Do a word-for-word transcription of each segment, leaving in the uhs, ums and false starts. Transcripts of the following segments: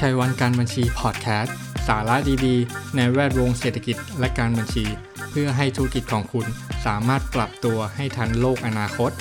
ชัยวันการบัญชีพอดแคสต์สาระดีๆในแวดวงเศรษฐกิจและการบัญชีเพื่อให้ธุรกิจของคุณสามารถปรับตัวให้ทันโลกอนาคต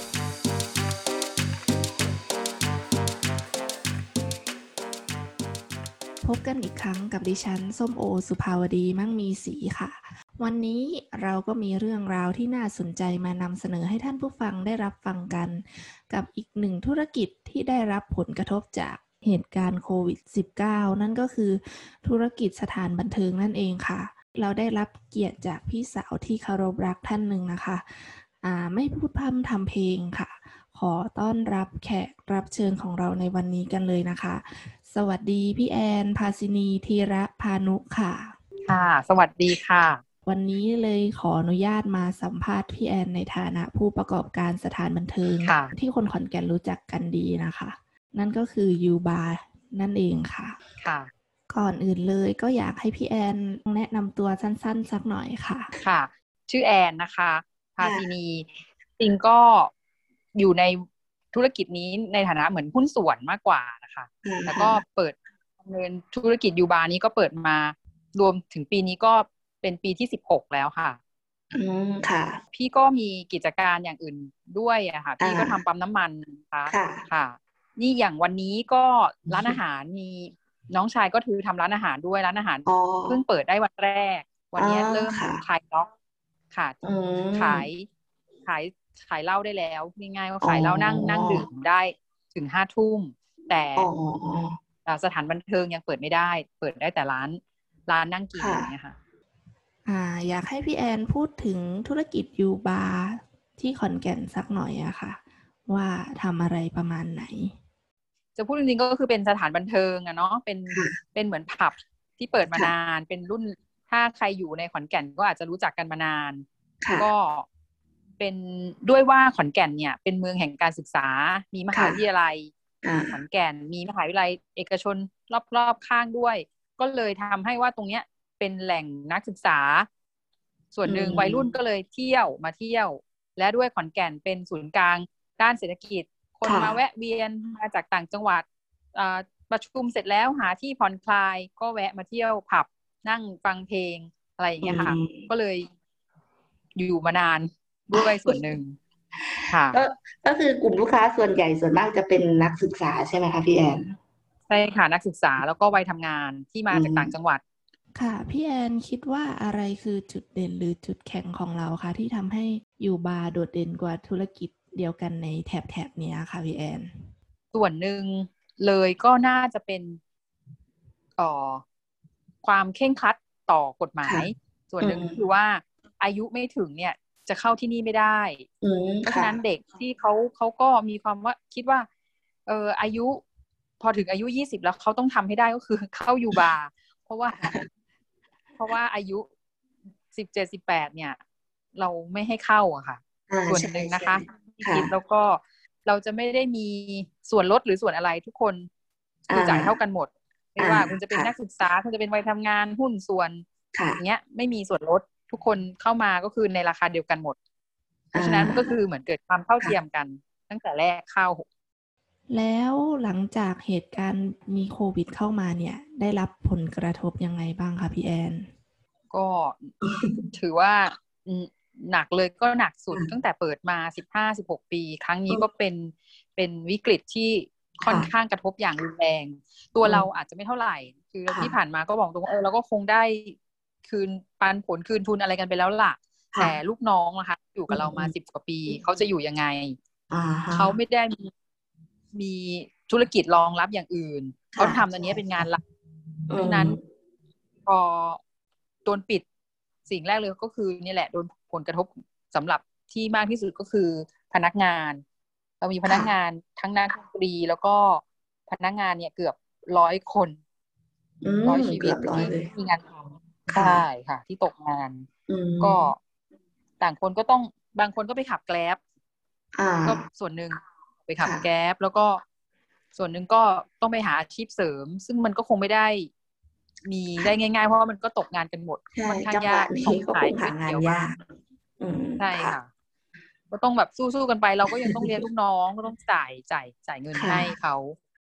พบกันอีกครั้งกับดิฉันส้มโอสุภาวดีมั่งมีศรีค่ะวันนี้เราก็มีเรื่องราวที่น่าสนใจมานำเสนอให้ท่านผู้ฟังได้รับฟังกันกับอีกหนึ่งธุรกิจที่ได้รับผลกระทบจากเหตุการณ์โควิด สิบเก้า นั่นก็คือธุรกิจสถานบันเทิงนั่นเองค่ะเราได้รับเกียรติจากพี่สาวที่เคารพรักท่านหนึ่งนะคะอ่าไม่พูดพร่ำทำเพลงค่ะขอต้อนรับแขกรับเชิญของเราในวันนี้กันเลยนะคะสวัสดีพี่แอนภาสินีธีระพานุค่ะค่ะสวัสดีค่ะวันนี้เลยขออนุญาตมาสัมภาษณ์พี่แอนในฐานะผู้ประกอบการสถานบันเทิงที่คนขอนแก่นรู้จักกันดีนะคะนั่นก็คือยูบาร์นั่นเองค่ะค่ะก่อนอื่นเลยก็อยากให้พี่แอนแนะนำตัวสั้นๆสักหน่อยค่ะค่ะชื่อแอนนะคะภาสินีจริงก็อยู่ในธุรกิจนี้ในฐานะเหมือนหุ้นส่วนมากกว่านะคะแล้วก็เปิดดำเนินธุรกิจยูบาร์นี้ก็เปิดมารวมถึงปีนี้ก็เป็นปีที่สิบหกแล้วค่ะอืมค่ะพี่ก็มีกิจการอย่างอื่นด้วยอะค่ะพี่ก็ทำปั๊มน้ำมันนะคะค่ะนี่อย่างวันนี้ก็ร้านอาหารมีน้องชายก็ถือทำร้านอาหารด้วยร้านอาหารเพิ่งเปิดได้วันแรกวันนี้เริ่มคลายล็อกค่ะขายขายขายเหล้าได้แล้วง่ายๆว่าขายเหล้านั่งนั่งดื่มได้ถึงห้าทุ่มแต่สถานบันเทิงยังเปิดไม่ได้เปิดได้แต่ร้านร้านนั่งกินอย่างเงี้ยค่ะอ่าอยากให้พี่แอนพูดถึงธุรกิจยูบาร์ที่ขอนแก่นสักหน่อยอะค่ะว่าทำอะไรประมาณไหนจะพูดจริงๆก็คือเป็นสถานบันเทิงอะเนาะเป็นเป็นเหมือนผับที่เปิดมานานเป็นรุ่นถ้าใครอยู่ในขอนแก่นก็อาจจะรู้จักกันมานานก็เป็นด้วยว่าขอนแก่นเนี่ยเป็นเมืองแห่งการศึกษามีมหาวิทยาลัยขอนแก่นมีมหาวิทยาลัยเอกชนรอบๆข้างด้วยก็เลยทำให้ว่าตรงเนี้ยเป็นแหล่งนักศึกษาส่วนหนึ่งวัยรุ่นก็เลยเที่ยวมาเที่ยวและด้วยขอนแก่นเป็นศูนย์กลางด้านเศรษฐกิจคนมาแวะเวียนมาจากต่างจังหวัดประชุมเสร็จแล้วหาที่ผ่อนคลายก็แวะมาเที่ยวผับนั่งฟังเพลงอะไรอย่างเงี้ยค่ะก็เลยอยู่มานานด้วยส่วนหนึ่งค่ะก็ก็คือกลุ่มลูกค้าส่วนใหญ่ส่วนมากจะเป็นนักศึกษาใช่ไหมคะพี่แอนใช่ค่ะนักศึกษาแล้วก็วัยทำงานที่มาจากต่างจังหวัดค่ะพี่แอนคิดว่าอะไรคือจุดเด่นหรือจุดแข็งของเราคะที่ทำให้ยูบาร์โดดเด่นกว่าธุรกิจเดียวกันในแถบๆนี้ค่ะพี่แอนส่วนหนึ่งเลยก็น่าจะเป็นเอ่อความเคร่งครัดต่อกฎหมายส่วนหนึ่งคือว่าอายุไม่ถึงเนี่ยจะเข้าที่นี่ไม่ได้เพราะฉะนั้นเด็กที่เขาเขาก็มีความว่าคิดว่าเอออายุพอถึงอายุยี่สิบแล้วเขาต้องทำให้ได้ก็คือเข้ายูบาร์เพราะว่าเพราะว่าอายุสิบเจ็ด สิบแปดเนี่ยเราไม่ให้เข้าอะค่ะส่วนหนึ่งนะคะที่คิดแล้วก็เราจะไม่ได้มีส่วนลดหรือส่วนอะไรทุกคนคือจ่ายเท่ากันหมดไม่ว่าคุณจะเป็นนักศึกษาคุณจะเป็นวัยทำงานหุ้นส่วนอย่างเงี้ยไม่มีส่วนลดทุกคนเข้ามาก็คือในราคาเดียวกันหมดเพราะฉะนั้นมันก็คือเหมือนเกิดความเท่าเทียมกันตั้งแต่แรกเข้าแล้วหลังจากเหตุการณ์มีโควิดเข้ามาเนี่ยได้รับผลกระทบยังไงบ้างคะพี่แอนก็ถือว่าหนักเลยก็หนักสุดตั้งแต่เปิดมา สิบห้า สิบหก ปีครั้งนี้ก็เป็นเป็นวิกฤตที่ค่อนข้างกระทบอย่างรุนแรงตัวเราอาจจะไม่เท่าไหร่คือที่ผ่านมาก็บอกตรงเออเราก็คงได้คืนปันผลคืนทุนอะไรกันไปแล้วล่ะแต่ลูกน้องนะคะอยู่กับเรามาสิบกว่าปีเขาจะอยู่ยังไงเขาไม่ได้มีมีธุรกิจรองรับอย่างอื่นเขาทำอันนี้เป็นงานหลักเพราะฉะนั้นพอโดนปิดสิ่งแรกเลยก็คือนี่แหละโดนผลกระทบสำหรับที่มากที่สุดก็คือพนักงานเรามีพนักงานทั้งนักดนตรีแล้วก็พนักงานเนี่ยเกือบร้อยคนร้อยชีวิตที่มีงานทำใช่ค่ะที่ตกงานก็ต่างคนก็ต้องบางคนก็ไปขับแกร็บก็ส่วนหนึ่งไปขับแกร็บแล้วก็ส่วนหนึ่งก็ต้องไปหาอาชีพเสริมซึ่งมันก็คงไม่ได้มีได้ง่ายๆเพราะว่ามันก็ตกงานกันหมดค่อนข้างยากที่เขาคงหางานยากใช่ค่ะก็ต้องแบบสู้ๆกันไปเราก็ยังต้องเลี้ยงลูกน้องก็ต้องจ่ายจ่ายจ่ายเงินให้เขา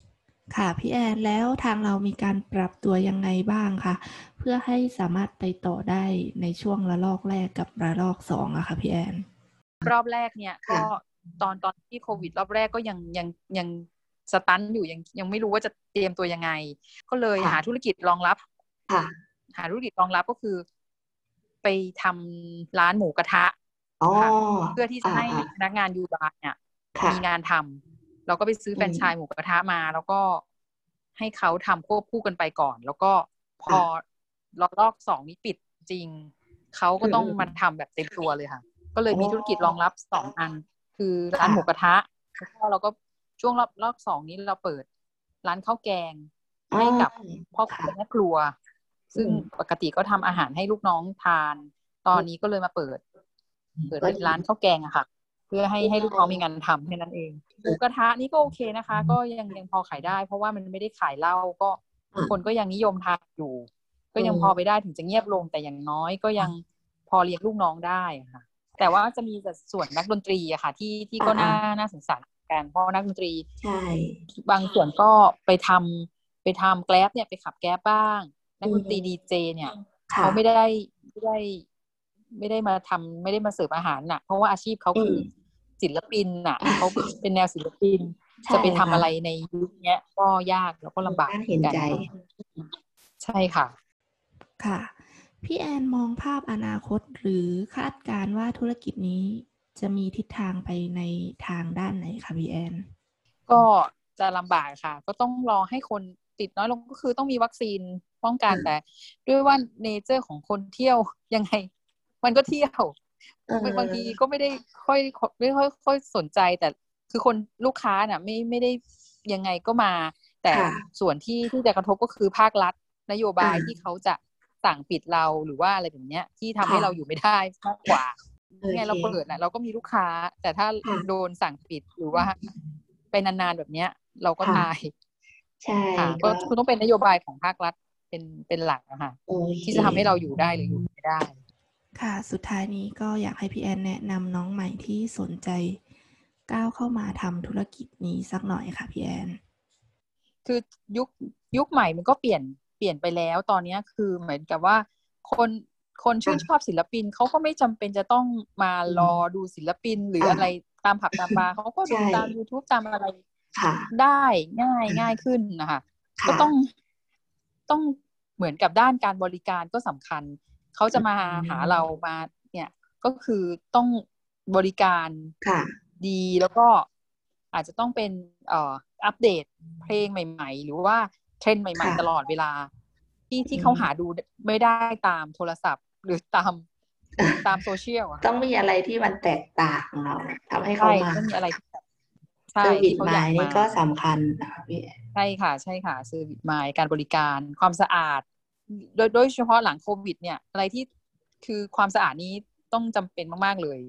ค่ะพี่แอนแล้วทางเรามีการปรับตัวยังไงบ้างคะเพื่อให้สามารถไปต่อได้ในช่วงระลอกแรกกับระลอกสองอะค่ะพี่แอนรอบแรกเนี่ยก็ตอนตอนที่โควิดรอบแรกก็ยังยังยังสตันอยู่ยังยังไม่รู้ว่าจะเตรียมตัวยังไงก็เลยหาธุรกิจรองรับหาธุรกิจรองรับก็คือไปทำร้านหมูกระทะเพื่อที่จะให้พนักงานยูบาร์เนี่ยมีงานทำเราก็ไปซื้อแฟรนไชส์หมูกระทะมาแล้วก็ให้เขาทำควบคู่กันไปก่อนแล้วก็พอรอบรอบสองนี้ปิดจริงเขาก็ต้องมาทำแบบเต็มตัวเลยค่ะก็เลยมีธุรกิจรองรับสองอันคือร้านหมูกระทะแล้วก็เราก็ช่วงรอบรอบสองนี้เราเปิดร้านข้าวแกงให้กับพ่อครัวแม่ครัวซึ่งปกติก็ทำอาหารให้ลูกน้องทานตอนนี้ก็เลยมาเปิดเปิดเป็นร้านข้าวแกงอะค่ะเพื่อให้ให้ลูกน้องมีงานทำแค่นั้นเองหมูกระทะนี่ก็โอเคนะคะก็ยังยังพอขายได้เพราะว่ามันไม่ได้ขายเหล้าก็คนก็ยังนิยมทานอยู่ก็ยังพอไปได้ถึงจะเงียบลงแต่อย่างน้อยก็ยังพอเลี้ยงลูกน้องได้ค่ะแต่ว่าจะมีส่วนนักดนตรีอะค่ะที่ที่ก็น่าน่าสงสารกันเพราะนักดนตรีใช่บางส่วนก็ไปทำไปทำแกร็บเนี่ยไปขับแกร็บบ้างนักดนตรีดีเจเนี่ยเขาไม่ได้ไม่ได้ไม่ได้มาทำไม่ได้มาเสิร์ฟอาหารน่ะเพราะว่าอาชีพเขาคือศิลปินน่ะเขาเป็นแนวศิลปินจะไปทำอะไรในยุคนี้ก็ยากแล้วก็ลำบากเห็นใจใช่ค่ะค่ะพี่แอนมองภาพอนาคตหรือคาดการณ์ว่าธุรกิจนี้จะมีทิศทางไปในทางด้านไหนคะพี่แอนก็จะลำบากค่ะก็ต้องรอให้คนติดน้อยลงก็คือต้องมีวัคซีนป้องกันแต่ด้วยว่าเนเจอร์ของคนเที่ยวยังไงมันก็เที่ยวบางทีก็ไม่ได้ค่อยไม่ค่อยค่อยสนใจแต่คือคนลูกค้าน่ะไม่ไม่ได้ยังไงก็มาแต่ส่วนที่ที่จะกระทบก็คือภาครัฐนโยบายที่เขาจะสั่งปิดเราหรือว่าอะไรแบบเนี้ยที่ทำให้เราอยู่ไม่ได้มากกว่าไงเราเปิดนะเราก็มีลูกค้าแต่ถ้าโดนสั่งปิดหรือว่าไปนานๆแบบเนี้ยเราก็ตายใช่ค่ะก็คุณต้องเป็นนโยบายของภาครัฐเป็นเป็นหลักอะค่ะที่จะทำให้เราอยู่ได้หรืออยู่ไม่ได้ค่ะสุดท้ายนี้ก็อยากให้พี่แอนแนะนำน้องใหม่ที่สนใจก้าวเข้ามาทำธุรกิจนี้สักหน่อยค่ะพี่แอนคือยุคยุคใหม่มันก็เปลี่ยนเปลี่ยนไปแล้วตอนนี้คือเหมือนกับว่าคนคนชื่นชอบศิลปินเขาก็ไม่จำเป็นจะต้องมารอดูศิลปินหรืออะไรตามผับตามบาร์เขาก็ดูตาม YouTube ตามอะไรได้ง่ายง่ายขึ้นนะคะก็ต้องต้องเหมือนกับด้านการบริการก็สำคัญเขาจะมาหาเรามาเนี่ยก็คือต้องบริการดีแล้วก็อาจจะต้องเป็นเอ่ออัปเดตเพลงใหม่ๆหรือว่าเทรนด์ใหม่ๆตลอดเวลาที่ที่เขาหาดูไม่ได้ตามโทรศัพท์หรือตามตามโซเชียลต้องมีอะไรที่มันแตกต่างเราทำให้เขามาต้องมีอะไรใช่ที่เขาอยากมานี่ก็สำคัญนะคะพี่ใช่ค่ะใช่ค่ะเซอร์วิสมายการบริการความสะอาดโดยโดยเฉพาะหลังโควิดเนี่ยอะไรที่คือความสะอาดนี้ต้องจำเป็นมากๆเลย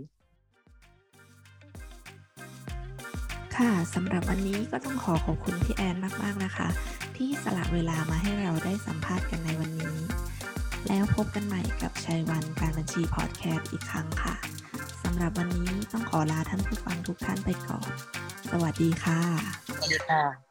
ค่ะสำหรับวันนี้ก็ต้องขอขอบคุณพี่แอนมากๆนะคะที่สละเวลามาให้เราได้สัมภาษณ์กันในวันนี้แล้วพบกันใหม่กับชัยวันการบัญชีพอดแคสต์อีกครั้งค่ะสำหรับวันนี้ต้องขอลาท่านผู้ฟังทุกท่านไปก่อนสวัสดีค่ะสวัสดีค่ะ